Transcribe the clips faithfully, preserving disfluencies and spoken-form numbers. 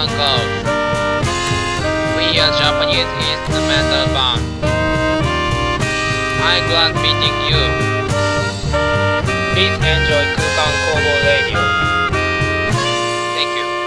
Codes. We are Japanese instrumental band. I'm glad meeting you. Please enjoy 空間工房 Radio. Thank you.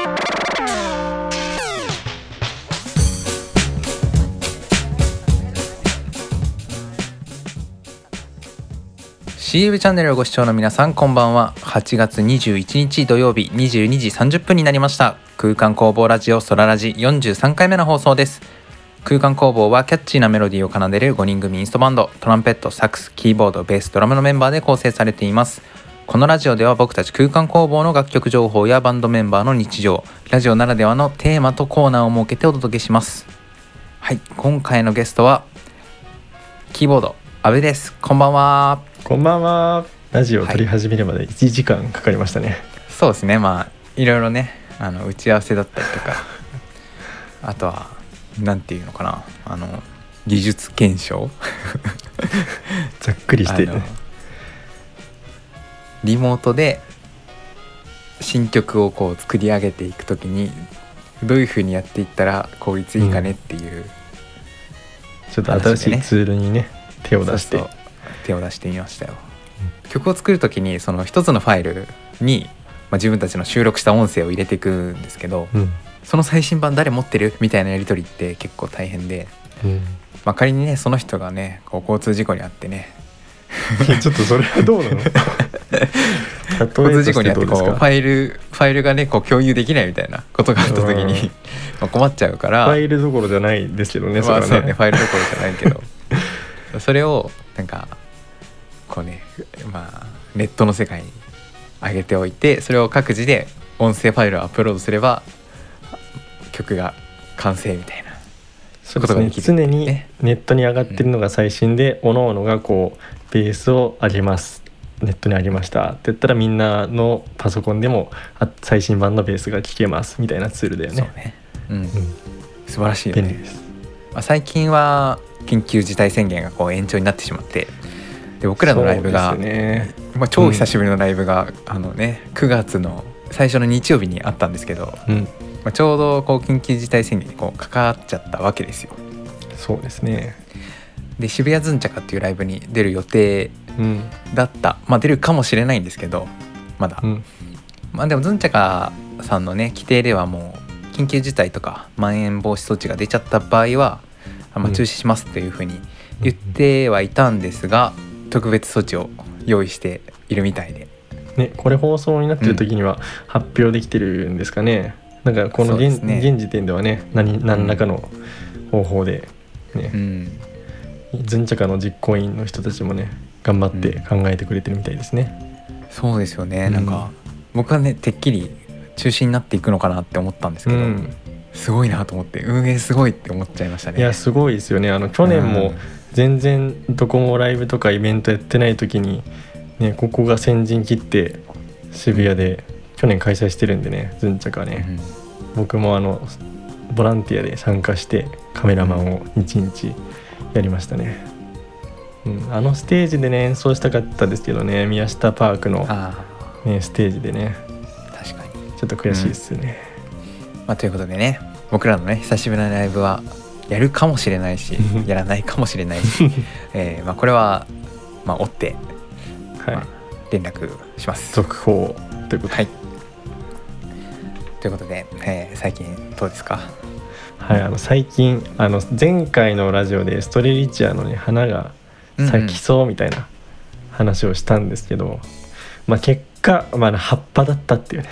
シーエム チャンネルをご視聴の皆さん、こんばんは。はちがつにじゅういちにち土曜日にじゅうにじさんじゅっぷんになりました。空間工房ラジオソララジよんじゅうさんかいめの放送です。空間工房はキャッチーなメロディーを奏でるごにん組インストバンド、トランペット、サックス、キーボード、ベース、ドラムのメンバーで構成されています。このラジオでは僕たち空間工房の楽曲情報やバンドメンバーの日常、ラジオならではのテーマとコーナーを設けてお届けします。はい、今回のゲストはキーボード阿部です。こんばんは。 こんばんは。ラジオを撮り始めるまでいちじかんかかりましたね、はい、 そうですね。まあいろいろね、あの打ち合わせだったりとかあとはなんていうのかな、あの技術検証ざっくりしてね、 リモートで新曲をこう作り上げていくときにどういう風にやっていったら効率いいかねっていう、うん、 ちょっと新しいツールにね手を出してそうそう手を出してみましたよ。曲を作るときにその一つのファイルに、まあ、自分たちの収録した音声を入れていくんですけど、うん、その最新版誰持ってるみたいなやり取りって結構大変で、うん、まあ、仮にねその人がねこう交通事故に遭ってねちょっとそれはどうなの交通事故に遭ってこうファイルファイルがねこう共有できないみたいなことがあったときにまあ困っちゃうから、 ファイルどころじゃないですけどね、それはね、 まあそうね、ファイルどころじゃないけどそれをなんかこうね、まあネットの世界に上げておいて、それを各自で音声ファイルをアップロードすれば曲が完成みたいなことができる、ね、常にネットに上がってるのが最新で、うん、各々がこうベースを上げます、ネットにありましたって言ったらみんなのパソコンでも最新版のベースが聴けますみたいなツールだよね。 そうね、うんうん、素晴らしいよね。便利です。まあ、最近は緊急事態宣言がこう延長になってしまって、で僕らのライブが、ね、まあ、超久しぶりのライブが、うん、あのね、くがつの最初の日曜日にあったんですけど、うん、まあ、ちょうどこう緊急事態宣言にこうかかっちゃったわけですよ。 そうですね。 で渋谷ズンチャカっていうライブに出る予定だった、うん、まあ出るかもしれないんですけどまだ、うん、まあでもズンチャカさんのね規定ではもう緊急事態とかまん延防止措置が出ちゃった場合は、まあ、中止しますっていうふうに言ってはいたんですが、うん、特別措置を用意しているみたいで、 ね、これ放送になってる時には発表できてるんですかね、うん、なんかこの 現,、ね、現時点ではね 何, 何らかの方法でね、うん、ズンチャカの実行委員の人たちもね頑張って考えてくれてるみたいですね、 うん、そうですよね、うん、なんか僕はねてっきり中止になっていくのかなって思ったんですけど、うん、すごいなと思って、運営すごいって思っちゃいましたね。 いやすごいですよね。あの去年も全然どこもライブとかイベントやってない時に、ね、ここが先陣切って渋谷で去年開催してるんでね、ズンチャカね、うん、僕もあのボランティアで参加してカメラマンをいちにちやりましたね、うん、あのステージでね演奏したかったですけどね、宮下パークの、ね、ステージでね、 確かにちょっと悔しいですよね、 うん、まあ、ということでね、僕らのね久しぶりのライブはやるかもしれないしやらないかもしれないし、えーまあ、これは、まあ、追って、はい、まあ、連絡します。 続報ということで、 はい、ということで、えー、最近どうですか？ はい、あの最近あの前回のラジオでストレリチアの、ね、花が咲きそうみたいな話をしたんですけど、うんうん、まあ、結果、まあ、葉っぱだったっていうね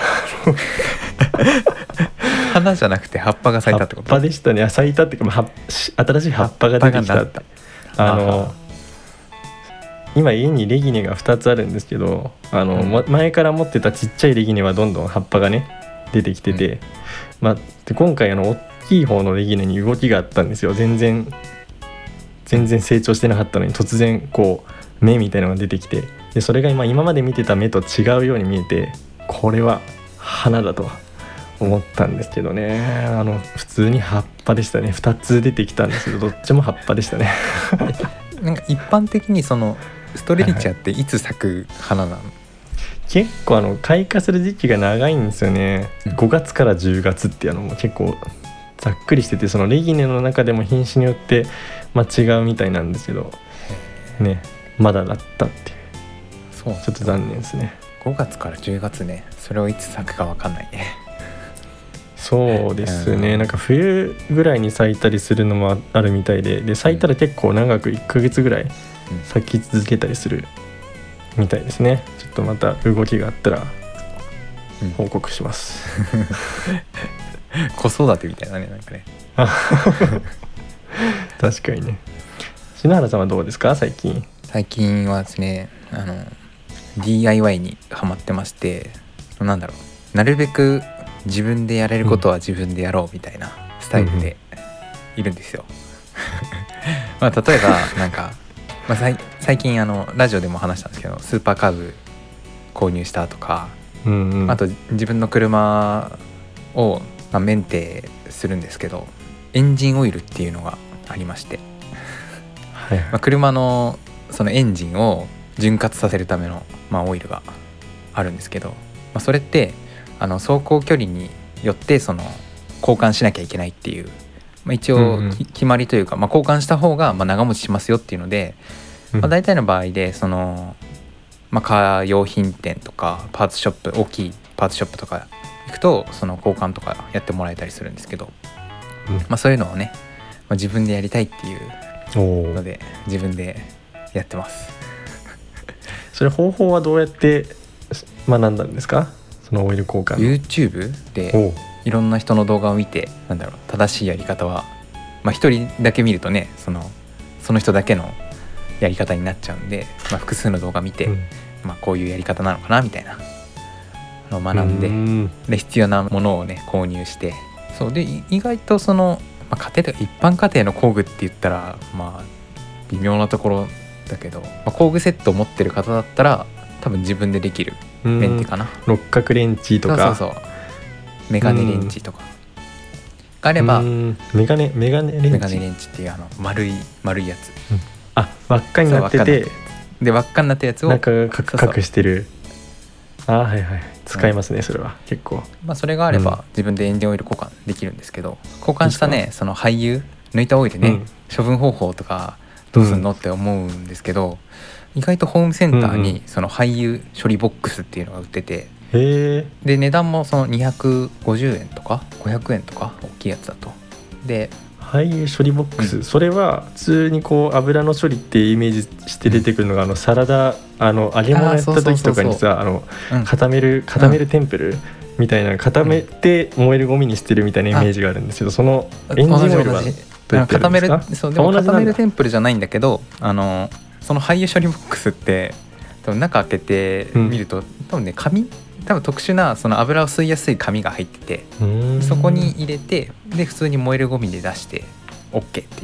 花じゃなくて葉っぱが咲いたってこと？ 葉っぱでしたね。咲いたっていうか、まあ、新しい葉っぱが出てきたって。あの今家にレギネがふたつあるんですけど、あの、うん、前から持ってたちっちゃいレギネはどんどん葉っぱがね出てきてて、うん、まあ、で今回あの大きい方のレギネに動きがあったんですよ。全然全然成長してなかったのに突然こう芽みたいなのが出てきて、でそれが今今まで見てた芽と違うように見えて、これは花だと思ったんですけどね、あの普通に葉っぱでしたね。ふたつ出てきたんですけどどっちも葉っぱでしたねなんか一般的にそのストレリチアっていつ咲く花なの？ 結構あの開花する時期が長いんですよね、 うん、 ごがつからじゅうがつっていうのも結構ざっくりしてて、そのレギネの中でも品種によって、まあ、違うみたいなんですけどね、まだだったっていう、 そうちょっと残念ですね。 ごがつからじゅうがつね、それをいつ咲くか分かんないね。 そうですね、 うん、 なんか冬ぐらいに咲いたりするのもあるみたいで、で咲いたら結構長くいっかげつぐらい咲き続けたりするみたいですね。ちょっとまた動きがあったら報告します、 うん、子育てみたいなね、なんかね確かにね。篠原さんはどうですか最近？ 最近はですね、あの ディーアイワイ にハマってまして、なんだろう、なるべく自分でやれることは自分でやろうみたいなスタイルでいるんですよ、うんうん、まあ例えばなんか、まあ、最近あのラジオでも話したんですけど、スーパーカーブ購入したとか、 うんうん、あと自分の車を、まあ、メンテするんですけど、エンジンオイルっていうのがありまして、 はい、 まあ、車のそのエンジンを潤滑させるための、まあ、オイルがあるんですけど、まあ、それってあの走行距離によってその交換しなきゃいけないっていう、まあ、一応、うんうん、決まりというか、まあ、交換した方がまあ長持ちしますよっていうので、まあ、大体の場合でその、まあ、カー用品店とかパーツショップ、大きいパーツショップとか行くとその交換とかやってもらえたりするんですけど、うんまあ、そういうのをね、まあ、自分でやりたいっていうので自分でやってます。 それ方法はどうやって学んだんですか？そのオイル交換。 YouTube でいろんな人の動画を見て、なんだろう、正しいやり方はまあ一人だけ見るとね、そのその人だけのやり方になっちゃうんで、まあ、複数の動画見て、うんまあ、こういうやり方なのかなみたいなのを学んで、んで必要なものをね購入して、そうで意外とその、まあ、家庭で一般家庭の工具って言ったらまあ微妙なところだけど、まあ、工具セットを持ってる方だったら多分自分でできるメンテかな。 六角レンチとか、 そうそうそう、メガネレンチとかがあれば、 メガネメガネレンチメガネレンチっていうあの丸い丸いやつ、 うん、あ輪っかになってて、 で輪っかになったやつをなんか隠してる。あはいはい、使いますね、うん、それは結構、 まあ、それがあれば自分でエンジンオイル交換できるんですけど、交換したねその廃油抜いたオイルね、うん、処分方法とかどうすんのって思うんですけど、意外とホームセンターにその廃油処理ボックスっていうのが売ってて、 うん、へで値段もそのにひゃくごじゅうえんとかごひゃくえんとか大きいやつだと。で廃油処理ボックス、うん、それは普通にこう油の処理ってイメージして出てくるのが、うん、あのサラダあの揚げ物やった時とかにさ、あの固める固めるテンプルみたいな、固めて燃えるゴミにしてるみたいなイメージがあるんですけど、そのエンジンオイルはどうやってやるんですか？ 固める、そうでも固めるテンプルじゃないんだけど、あのその廃油処理ボックスって多分中開けて見ると、うん、多分ね紙多分特殊なその油を吸いやすい紙が入ってて、そこに入れて、で普通に燃えるゴミで出して OK っていう。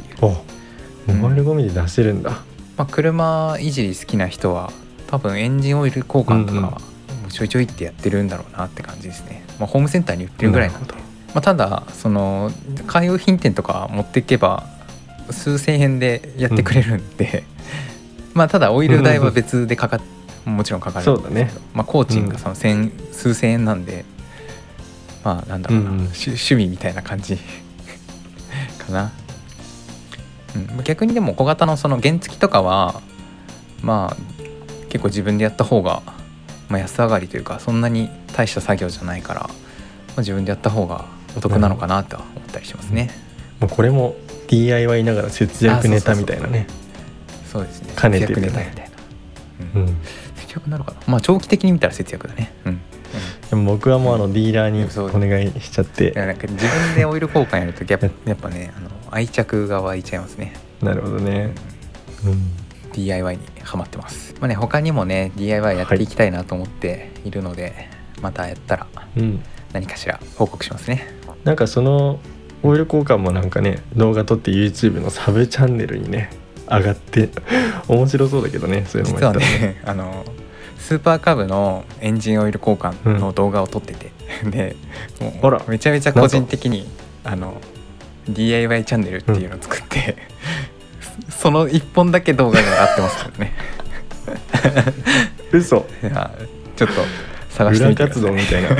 燃えるゴミで出せるんだ、うんまあ、車いじり好きな人は多分エンジンオイル交換とかちょいちょいってやってるんだろうなって感じですね、まあ、ホームセンターに売ってるぐらいなんで、まあ、ただそのカー用品店とか持っていけば数千円でやってくれるんで、うん、まあただオイル代は別でかかってもちろんかかるんですけど、 そうだね、 まあ、工賃がその千、うん、数千円なんで、まあなんだろうな、うんうん、趣味みたいな感じかな、うん、逆にでも小型のその原付とかはまあ結構自分でやった方が、まあ、安上がりというかそんなに大した作業じゃないから、まあ、自分でやった方がお得なのかなとは思ったりしますね、 うん、もうこれも ディーアイワイ ながら節約ネタみたいなね。 そうですね、 兼ねてるね、 節約ネタみたいな、うんうん、節約なのかな、まあ長期的に見たら節約だね、うんうん、 でも僕はもうあのディーラーにお願いしちゃって、 いやなんか自分でオイル交換やるとやっぱ、やっぱねあの愛着が湧いちゃいますね。 なるほどね、うん、 ディーアイワイ にハマってます、まあね、他にもね ディーアイワイ やっていきたいなと思っているので、はい、またやったら何かしら報告しますね、 うん、なんかそのオイル交換もなんかね動画撮って YouTube のサブチャンネルにね上がって面白そうだけどね、そういうのもやったら実はねあのスーパーカブのエンジンオイル交換の動画を撮ってて、うん、でもうめちゃめちゃ個人的にあの ディーアイワイ チャンネルっていうのを作って、うん、そのいっぽんだけ動画が上がってますけどね嘘。 いやちょっと探してみてください。 裏活動みたいな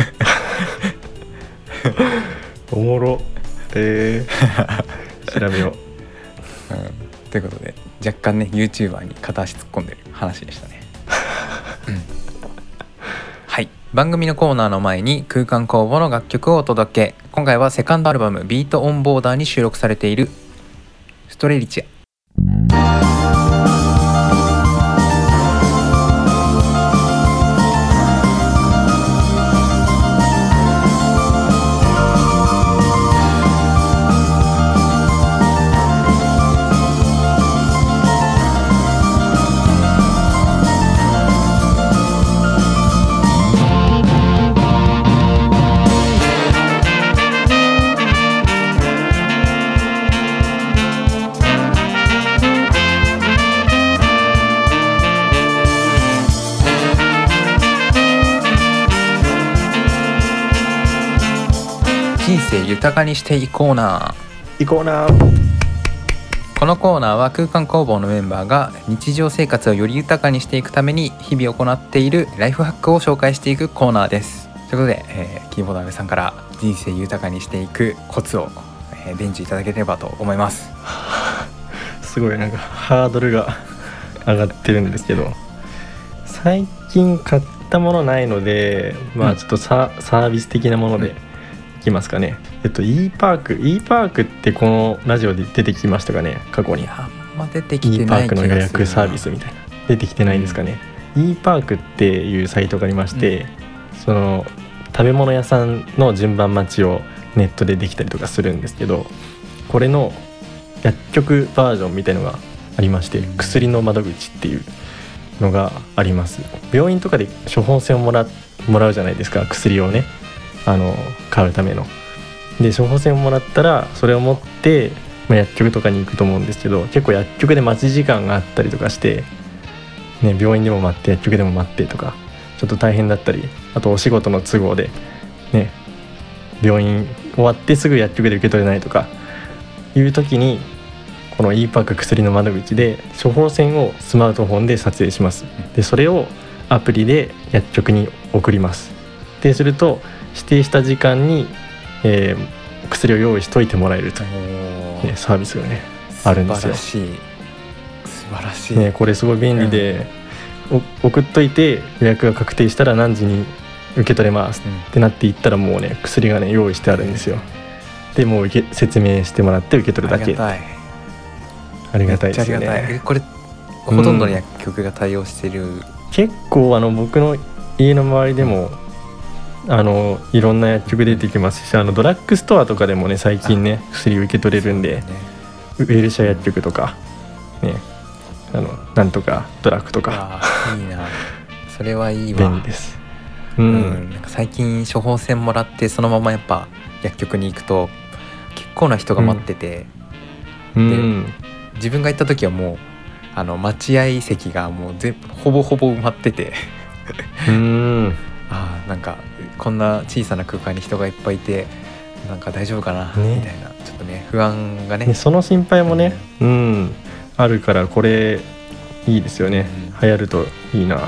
おもろ。えー、調べよう、 うん、ということで若干ね YouTuber に片足突っ込んでる話でしたね、うん、はい。番組のコーナーの前に空間工房の楽曲をお届け。今回はセカンドアルバムビートオンボーダーに収録されているストレリチア。人生豊かにしていこうな。 行こうな。 このコーナーは空間工房のメンバーが日常生活をより豊かにしていくために日々行っているライフハックを紹介していくコーナーです。ということで、えー、キーボード阿部さんから人生豊かにしていくコツを、えー、伝授いただければと思います。 すごいなんかハードルが上がってるんですけど、最近買ったものないので、まあちょっと サ,、うん、サービス的なもので、うんいきますかね。えっと E パーク E パークってこのラジオで出てきましたかね、過去に。 あんま出てきてない気がするな。 E パークの予約サービスみたいな出てきてないんですかね、うん、E パークっていうサイトがありまして、うん、その食べ物屋さんの順番待ちをネットでできたりとかするんですけど、これの薬局バージョンみたいのがありまして、薬の窓口っていうのがあります。病院とかで処方箋をもら、もらうじゃないですか、薬をねあの買うための。で処方箋をもらったらそれを持って、まあ、薬局とかに行くと思うんですけど、結構薬局で待ち時間があったりとかして、ね、病院でも待って薬局でも待ってとかちょっと大変だったり、あとお仕事の都合で、ね、病院終わってすぐ薬局で受け取れないとかいう時に、この E パーク薬の窓口で処方箋をスマートフォンで撮影します。でそれをアプリで薬局に送ります。ですると指定した時間に、えー、薬を用意しといてもらえるという、ね、サービスがねあるんですよ。 素晴らしい素晴らしい、 ね、これすごい便利で、うん、送っといて予約が確定したら何時に受け取れますってなっていったら、もうね薬がね用意してあるんですよ。でもう受け説明してもらって受け取るだけ。 ありがたいありがたいですよね。 めっちゃありがたい。これほとんどの薬局が対応してる、うん、 結構あの僕の家の周りでも、うん、あのいろんな薬局出てきますし、あのドラッグストアとかでもね最近ね薬を受け取れるんで、ね、ウェルシャ薬局とかね、あのなんとかドラッグとかいいなそれはいいわ。 便利です、 うんうん、なんか最近処方箋もらってそのままやっぱ薬局に行くと結構な人が待ってて、 うん、 で、 うん、 自分が行った時はもうあの待合席がもう全部ほぼほぼ埋まっててうんあなんかこんな小さな空間に人がいっぱいいてなんか大丈夫かな、 ね、 みたいなちょっとね不安が ね, ねその心配もね、うん、うん、あるからこれいいですよね、うん、流行るといいなって、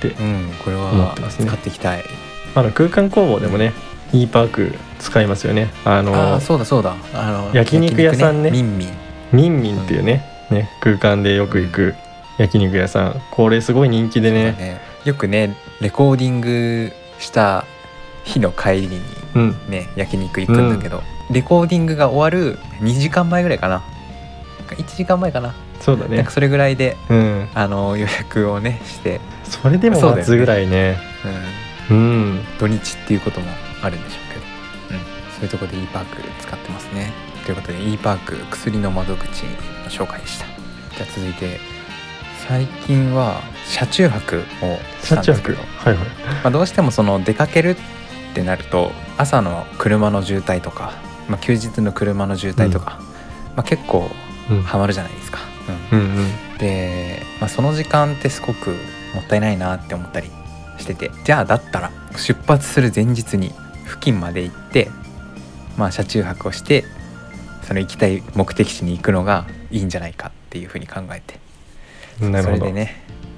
うん、これは使っていきたい。 あの空間工房でもね E パーク使いますよね。あのあそうだそうだあの焼肉屋さんね、 ミンミンミンミンっていうね、うん、ね空間でよく行く焼肉屋さん、これすごい人気で ね, ねよくねレコーディングした日の帰りにね、うん、焼肉行くんだけど、うん、レコーディングが終わるにじかんまえぐらいかな、いちじかんまえかな、 そうだね、 なんかそれぐらいで、 うん、 あの予約をねして、 それでも待つぐらい ね, う、ね、うんうん、 土日っていうこともあるんでしょうけど、うん、そういうところで E パーク使ってますね。ということで E パーク薬の窓口の紹介でした。じゃあ続いて最近は車中泊をしたんですけど、 はいはい、 まあ、どうしてもその出かけるってなると朝の車の渋滞とか、まあ、休日の車の渋滞とか、うん、まあ、結構ハマるじゃないですか、うんうんうん、で、まあ、その時間ってすごくもったいないなって思ったりしてて、じゃあだったら出発する前日に付近まで行って、まあ、車中泊をしてその行きたい目的地に行くのがいいんじゃないかっていうふうに考えて、 なるほど、 それでね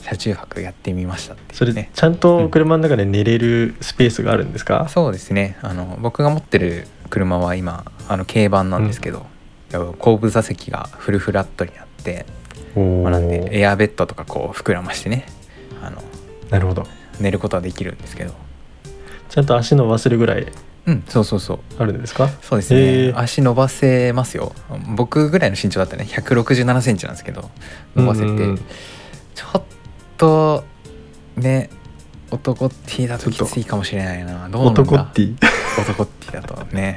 車中泊やってみましたっていう、ね、 それちゃんと車の中で寝れるスペースがあるんですか？ うん、そうですね。あの僕が持ってる車は今あの軽バンなんですけど、うん、後部座席がフルフラットになって、まあ、なんでエアベッドとかこう膨らましてね、あのなるほど、 寝ることはできるんですけど、 ちゃんと足伸ばせるぐらい、 うん、そうそうそうあるんですか？ そうですね、足伸ばせますよ。僕ぐらいの身長だったらねひゃくろくじゅうななセンチなんですけど伸ばせて、うんうん、ちょっとね男 T だときついかもしれないな。どうなんだ男 T 男 T だとね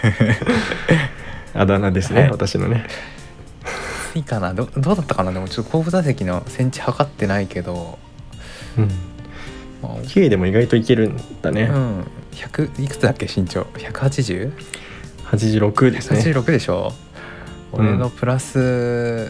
あだ名ですね、はい、私のねいいかな。 ど, どうだったかな。でもちょっと後部座席のセンチ測ってないけど、 うん、まあ、K でも意外といけるんだね。 うん、ひゃくいくつだっけ身長？ ひゃくはちじゅう？ はちじゅうろくですね。 はちじゅうろくでしょ。俺のプラス、うん、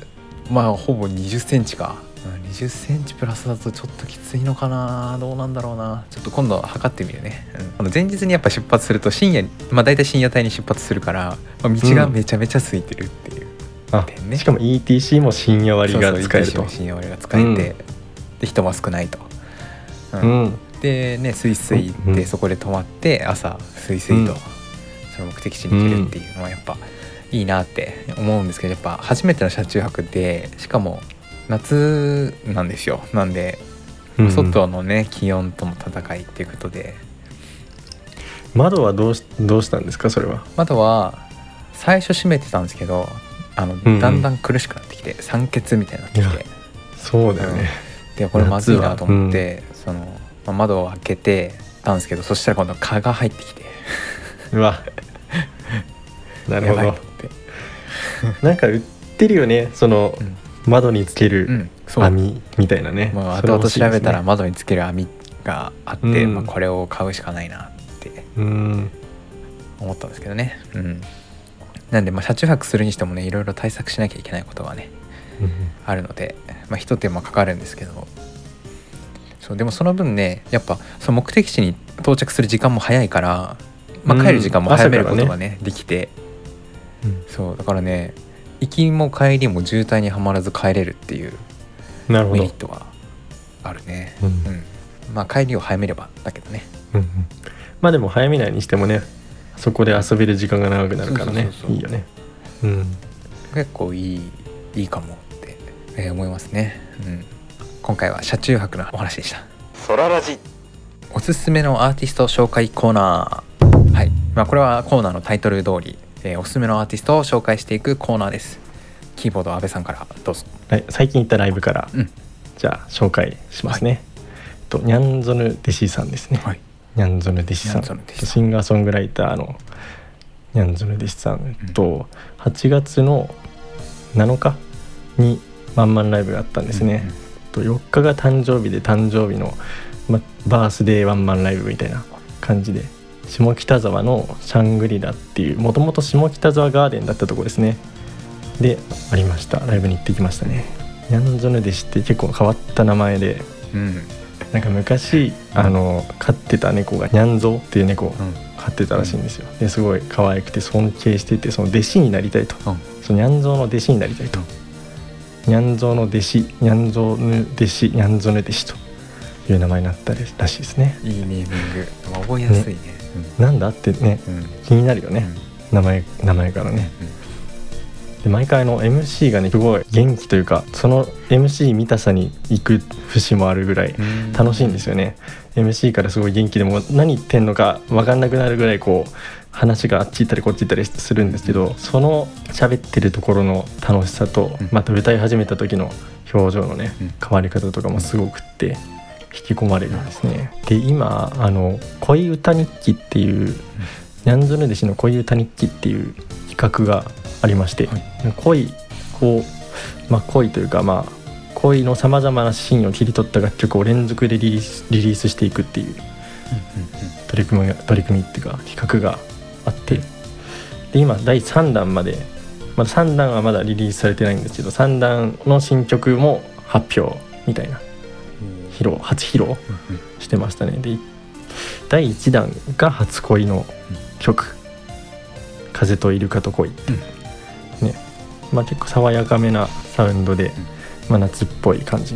まあほぼにじゅっセンチか。にじゅっセンチプラスだとちょっときついのかな。どうなんだろうな。ちょっと今度測ってみるね、うん、前日にやっぱ出発すると深夜、まあ大体深夜帯に出発するから、まあ、道がめちゃめちゃ空いてるっていう、 うん、点ね。しかも イーティーシー も深夜割が使えると。そうそう イーティーシー も深夜割が使えて、うん、で人も少ないと、うんうん、でねスイスイ行ってそこで泊まって朝スイスイとその目的地に行けるっていうのはやっぱいいなって思うんですけど、やっぱ初めての車中泊でしかも夏なんですよ。なんで、うんうん、外のね気温との戦いっていうことで、 窓はどうし、どうしたんですか？それは窓は最初閉めてたんですけど、あの、うんうん、だんだん苦しくなってきて酸欠みたいになってきて、 そうだよね、 うん、でこれまずいなと思って、うん、その、まあ、窓を開けてたんですけど、そしたら今度蚊が入ってきてうわなるほどなんか売ってるよね、その、うん、窓につける網みたいなね、 うん、後々調べたら窓につける網があって、うん、まあ、これを買うしかないなって思ったんですけどね、うん、なんでまあ車中泊するにしてもねいろいろ対策しなきゃいけないことがね、うん、あるので、まあ、一手間かかるんですけど、そうでもその分ねやっぱその目的地に到着する時間も早いから、まあ、帰る時間も早めることが ね,、うん、ねできて、うん、そうだからね行きも帰りも渋滞にはまらず帰れるっていうメリットがあるね、うんうん、まあ帰りを早めればだけどね、 うんうん、まあでも早めないにしてもねそこで遊べる時間が長くなるからね、そうそうそうそういいよね、うん、 結構いいいいかもって、えー、思いますね、うん、今回は車中泊のお話でした。 ソララジおすすめのアーティスト紹介コーナー、はい、まあ、これはコーナーのタイトル通りえー、おすすめのアーティストを紹介していくコーナーです。キーボード阿部さんからどうぞ。 はい、最近行ったライブから、うん、じゃあ紹介しますね、はい、とニャンゾヌデシさんですね、はい、ニャンゾヌデシさん、シンガーソングライターのニャンゾヌデシさんと、うん、はちがつのなのかにワンマンライブがあったんですね、うんうん、とよっかが誕生日で誕生日の、ま、バースデーワンマンライブみたいな感じで下北沢のシャングリラっていうもともと下北沢ガーデンだったとこですねでありました。ライブに行ってきましたね。ニャンゾヌデシって結構変わった名前で、うん、なんか昔、うん、あの飼ってた猫がニャンゾっていう猫を飼ってたらしいんですよ。ですごい可愛くて尊敬しててその弟子になりたいと、うん、そのニャンゾの弟子になりたいと、うん、ニャンゾの弟子ニャンゾヌ弟子ニャンゾヌ弟子という名前になったらしいですね。 いいネーミング覚えやすいね、ね、 うん、なんだってね、うん、気になるよね、うん、名前名前からね、うん、で毎回の エムシー がねすごい元気というかその エムシー 見たさに行く節もあるぐらい楽しいんですよね。 エムシー からすごい元気でも何言ってんのか分かんなくなるぐらいこう話があっち行ったりこっち行ったりするんですけど、その喋ってるところの楽しさとまた歌い始めた時の表情のね変わり方とかもすごくって引き込まれるんですね。で今あの恋歌日記っていう、うん、ニャンゾヌデシの恋歌日記っていう企画がありまして、はい、恋を、まあ、恋というか、まあ、恋のさまざまなシーンを切り取った楽曲を連続でリリース、リリースしていくっていう取り組みが、取り組みっていうか企画があって、で今だいさんだんまで、まださんだんはまだリリースされてないんですけどさんだんの新曲も発表みたいな披露初披露してましたね。でだいいちだんが初恋の曲、うん、風とイルカと恋、うんね、まあ、結構爽やかめなサウンドで、うん、まあ、夏っぽい感じの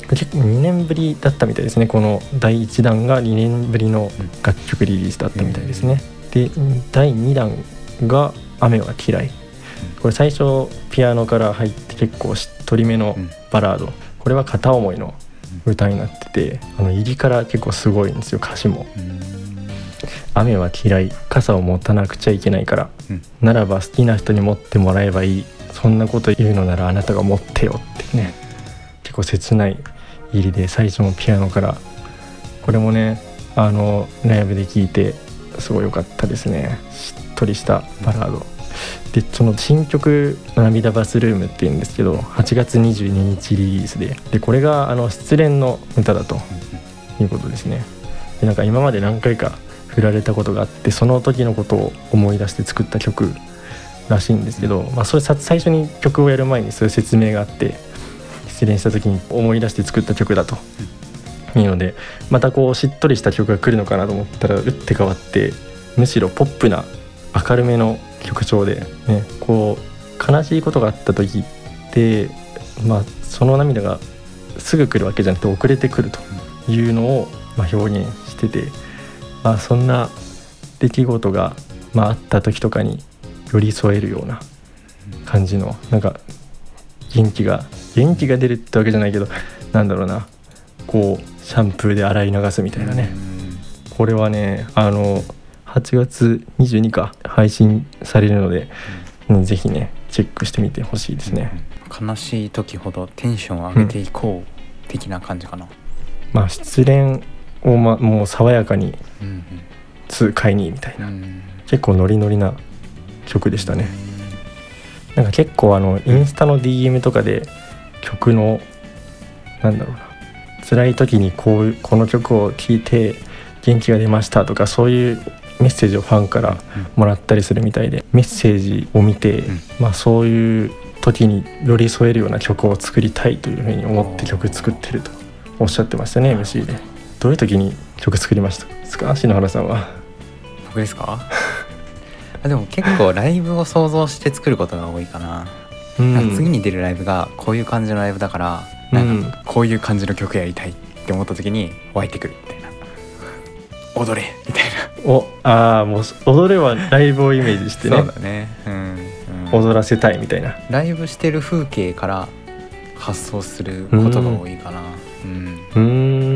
結構にねんぶりだったみたいですね。このだいいちだんがにねんぶりの楽曲リリースだったみたいですね、うん、でだいにだんが雨は嫌い。これ最初ピアノから入って結構しっとりめのバラード、これは片思いの歌になってて、あの入りから結構すごいんですよ。歌詞も雨は嫌い、傘を持たなくちゃいけないから、うん、ならば好きな人に持ってもらえばいい、そんなこと言うのならあなたが持ってよってね、結構切ない入りで最初のピアノから、これもねあのライブで聴いてすごい良かったですね。しっとりしたバラードで、その新曲涙バスルームっていうんですけどはちがつにじゅうににちリリースで、でこれがあの失恋の歌だということですね。でなんか今まで何回か振られたことがあって、その時のことを思い出して作った曲らしいんですけど、まあ、それ最初に曲をやる前にそういう説明があって、失恋した時に思い出して作った曲だというので、またこうしっとりした曲が来るのかなと思ったら打って変わって、むしろポップな明るめの曲調で、ね、こう悲しいことがあった時って、まあ、その涙がすぐ来るわけじゃなくて遅れてくるというのをまあ表現してて、まあ、そんな出来事がまああった時とかに寄り添えるような感じの、なんか元気が元気が出るってわけじゃないけど、なんだろうな、こうシャンプーで洗い流すみたいなね。これはねあのはちがつにじゅうににちか配信されるので、うん、ぜひねチェックしてみてほしいですね。 悲しい時ほどテンションを上げていこう的な感じかな、うん、 まあ失恋を、ま、もう爽やかに痛快にみたいな、うん、結構ノリノリな曲でしたね。なんか結構あのインスタの ディーエム とかで曲のなんだろうな、辛い時にこうこの曲を聴いて元気が出ましたとか、そういうメッセージをファンからもらったりするみたいで、メッセージを見て、まあ、そういう時に寄り添えるような曲を作りたいというふうに思って曲作ってるとおっしゃってましたね エムシー で。どういう時に曲作りましたですか、篠原さんは。 僕ですかあ、でも結構ライブを想像して作ることが多いかな、うん、なんか次に出るライブがこういう感じのライブだから、なんかこういう感じの曲やりたいって思った時に湧いてくるみたいな、踊れみたいな。 おああもう踊れはライブをイメージしてね。 そうだね、うんうん、踊らせたいみたいな。 ライブしてる風景から発想することが多いかな。うん、うん、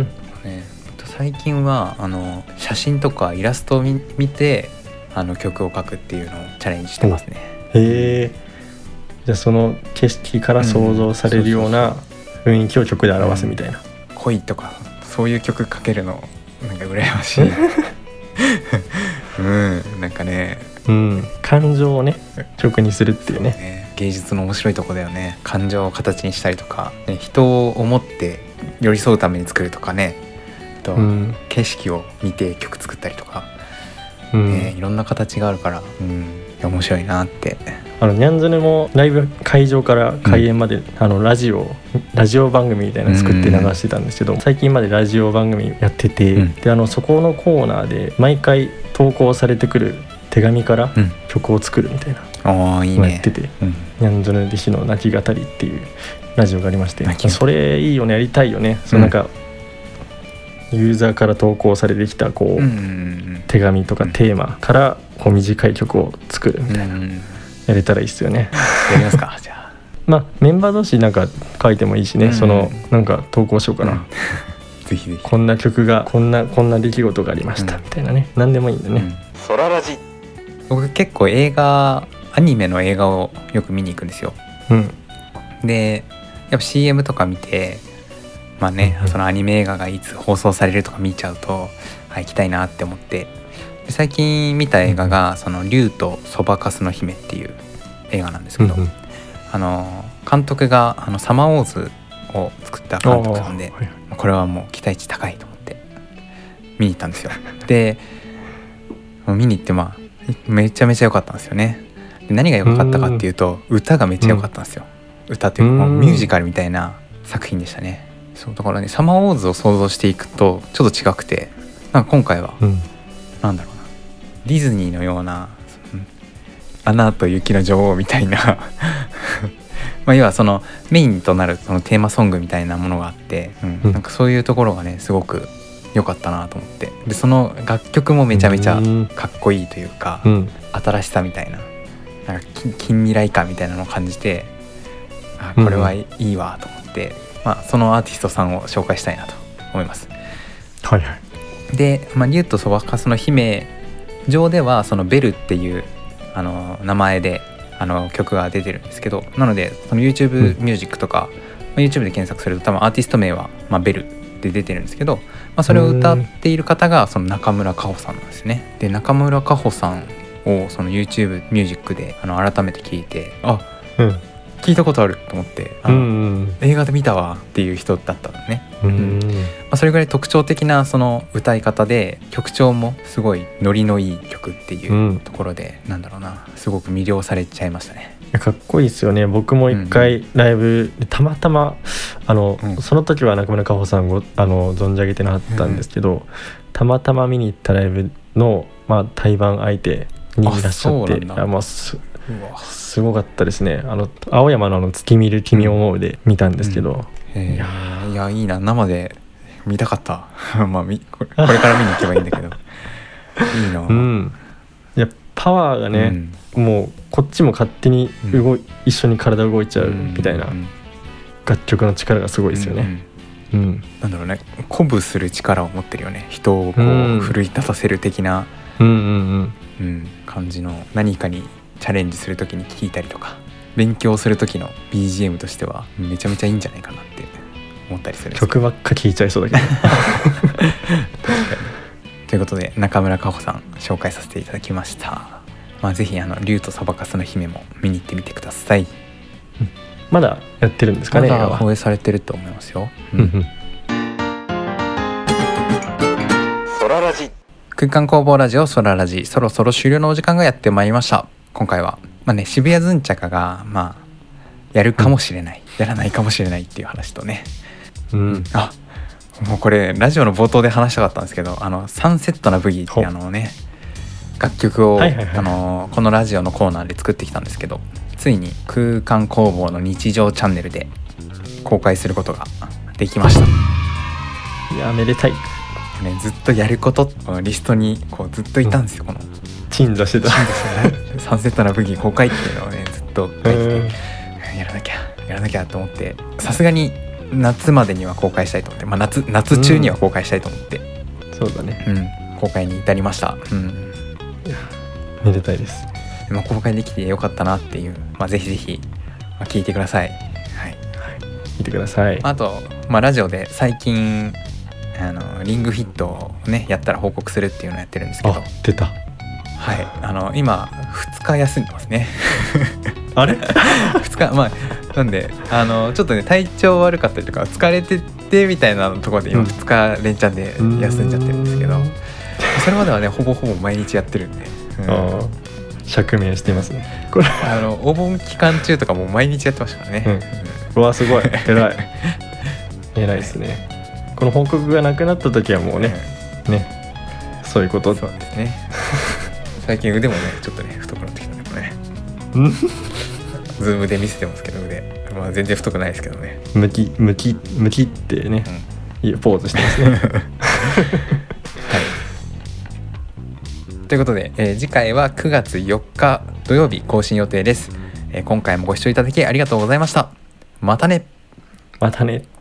ね、最近はあの写真とかイラストを 見, 見てあの曲を書くっていうのをチャレンジしてますね。 へえ。じゃあその景色から想像されるような雰囲気を曲で表すみたいな、 うん、恋とかそういう曲書けるのなんか羨ましいうん、なんかね、 うん、感情をね曲にするっていう ね, ね芸術の面白いとこだよね。感情を形にしたりとか、ね、人を思って寄り添うために作るとかね、と、うん、景色を見て曲作ったりとか、うんね、いろんな形があるから、うん、面白いなって。 あのニャンズヌもライブ会場から開演まで、うん、あのラジオラジオ番組みたいなの作って流してたんですけど、うん、最近までラジオ番組やってて、うん、であのそこのコーナーで毎回投稿されてくる手紙から曲を作るみたいなのをやってて、うん、ニャンズヌ弟子の泣き語りっていうラジオがありまして、それいいよね、やりたいよね、うん、そのなんかユーザーから投稿されてきたこう、うん、手紙とかテーマからこう短い曲を作るみたいな、うんやれたらいいっすよね。 やりますかじゃあ。 まあメンバー同士なんか書いてもいいしね、うん、そのなんか投稿しようかな、うん、 ぜひぜひ。 こんな曲がこんなこんな出来事がありました、うん、みたいなね、何でもいいんでね。 ソララジ。僕結構映画アニメの映画をよく見に行くんですよ、うん、でやっぱ シーエム とか見てまあね、うん、そのアニメ映画がいつ放送されるとか見ちゃうと、はい、行きたいなって思って、最近見た映画がその竜とそばかすの姫っていう映画なんですけど、うんうん、あの監督があのサマーウォーズを作った監督なんで、これはもう期待値高いと思って見に行ったんですよ。で見に行ってまあめちゃめちゃ良かったんですよね。で何が良かったかっていうと、歌がめっちゃ良かったんですよ。歌っていうかミュージカルみたいな作品でしたね。そうだからね、サマーウォーズを想像していくとちょっと違くて、なんか今回は、うん、なんだろうな、ディズニーのようなアナと雪の女王みたいなまあ要はそのメインとなるそのテーマソングみたいなものがあって、うんうんなんかそういうところがねすごく良かったなと思って、でその楽曲もめちゃめちゃうんかっこいいというか、 うん新しさみたいな、なんか近近未来感みたいなのを感じて、あこれはいいわと思って、まあ、そのアーティストさんを紹介したいなと思います。 はいはい。 で、まあ、竜とそばかすの姫上ではそのベルっていうあの名前であの曲が出てるんですけど、なのでその YouTube ミュージックとか、まあ、YouTube で検索すると多分アーティスト名は、まあ、ベルで出てるんですけど、まあ、それを歌っている方がその中村佳穂さんなんですね。で中村佳穂さんをその YouTube ミュージックであの改めて聞いて、あうん聞いたことあると思って、あうの、 ん映画で見たわっていう人だったのね。 うんうんまあ、それぐらい特徴的なその歌い方で、曲調もすごいノリのいい曲っていううんところで、なんだろうな、すごく魅了されちゃいましたね。 いやかっこいいですよね。僕も一回ライブでたまたまあの、 うんその時は中村佳穂さんをあの存じ上げてなかったんですけど、たまたま見に行ったライブの、まあ、対バン相手にいらっしゃって、 あそうなんだいやまあすうわすごかったですね。あの青山のあの月見る君を思うで見たんですけど、 へーいやいやいいな、生で見たかったまあみこれこれから見に行けばいいんだけどいいな。 うんいやパワーがね、もうこっちも勝手に動い、一緒に体動いちゃうみたいなうん楽曲の力がすごいですよね。 うんうんなんだろうね、鼓舞する力を持ってるよね。人をこうんう奮い立たせる的な、 うんうんうんうん、感じの、何かにチャレンジするときに聴いたりとか、勉強する時の ビージーエム としてはめちゃめちゃいいんじゃないかなって思ったりするんですよ。 曲ばっか聴いちゃいそうだけどということで中村佳穂さん紹介させていただきました。まあ、ぜひあの竜とそばかすの姫も見に行ってみてください。 まだやってるんですかまね。映画はだ放映されてると思いますよ。うんうんうん空間工房ラジオソララジ、そろそろ終了のお時間がやってまいりました。今回は、まあね、渋谷ズンチャカがまあやるかもしれない、うん、やらないかもしれないっていう話とね、 うんあもうこれラジオの冒頭で話したかったんですけど、あのサンセットなブギーってあのね楽曲を、 はいはいはい、 あのこのラジオのコーナーで作ってきたんですけど、ついに空間工房の日常チャンネルで公開することができました。 いやめでたい。 ね、ずっとやることリストにこうずっといたんですよ、この鎮座してたサンセットなブギー公開っていうのをねずっと書いてうんて、やらなきゃやらなきゃと思って、さすがに夏までには公開したいと思って、まあ、夏夏中には公開したいと思って、 そうだね、 うん、公開に至りました。うん、 めでたいです。 まあ、公開できてよかったなっていう、まあ、ぜひぜひ、まあ、聞いてください。はい、 見てください。 あと、まあ、ラジオで最近あのリングフィットをねやったら報告するっていうのをやってるんですけど、 あ出た。 はい、あの今ふつか休んでますねあれふつか、まあなんであのちょっとね体調悪かったりとか疲れててみたいなところで今うんふつか連チャンで休んじゃってるんですけど、 うーんそれまではねほぼほぼ毎日やってるんで、うんあー釈明してますねこれ。 あのお盆期間中とかもう毎日やってましたからね、 うんうんうわすごい偉い偉いですね。この報告がなくなった時はもうね、ねそういうこと。 そうですね最近腕もねちょっとね太くなってきたねこれねうんズームで見せてますけど腕、まあ、全然太くないですけどね、 向き向き向きってね、いいポーズしてますねはいということで、えー次回はくがつよっか土曜日更新予定です。えー今回もご視聴いただきありがとうございました。またね。 またね。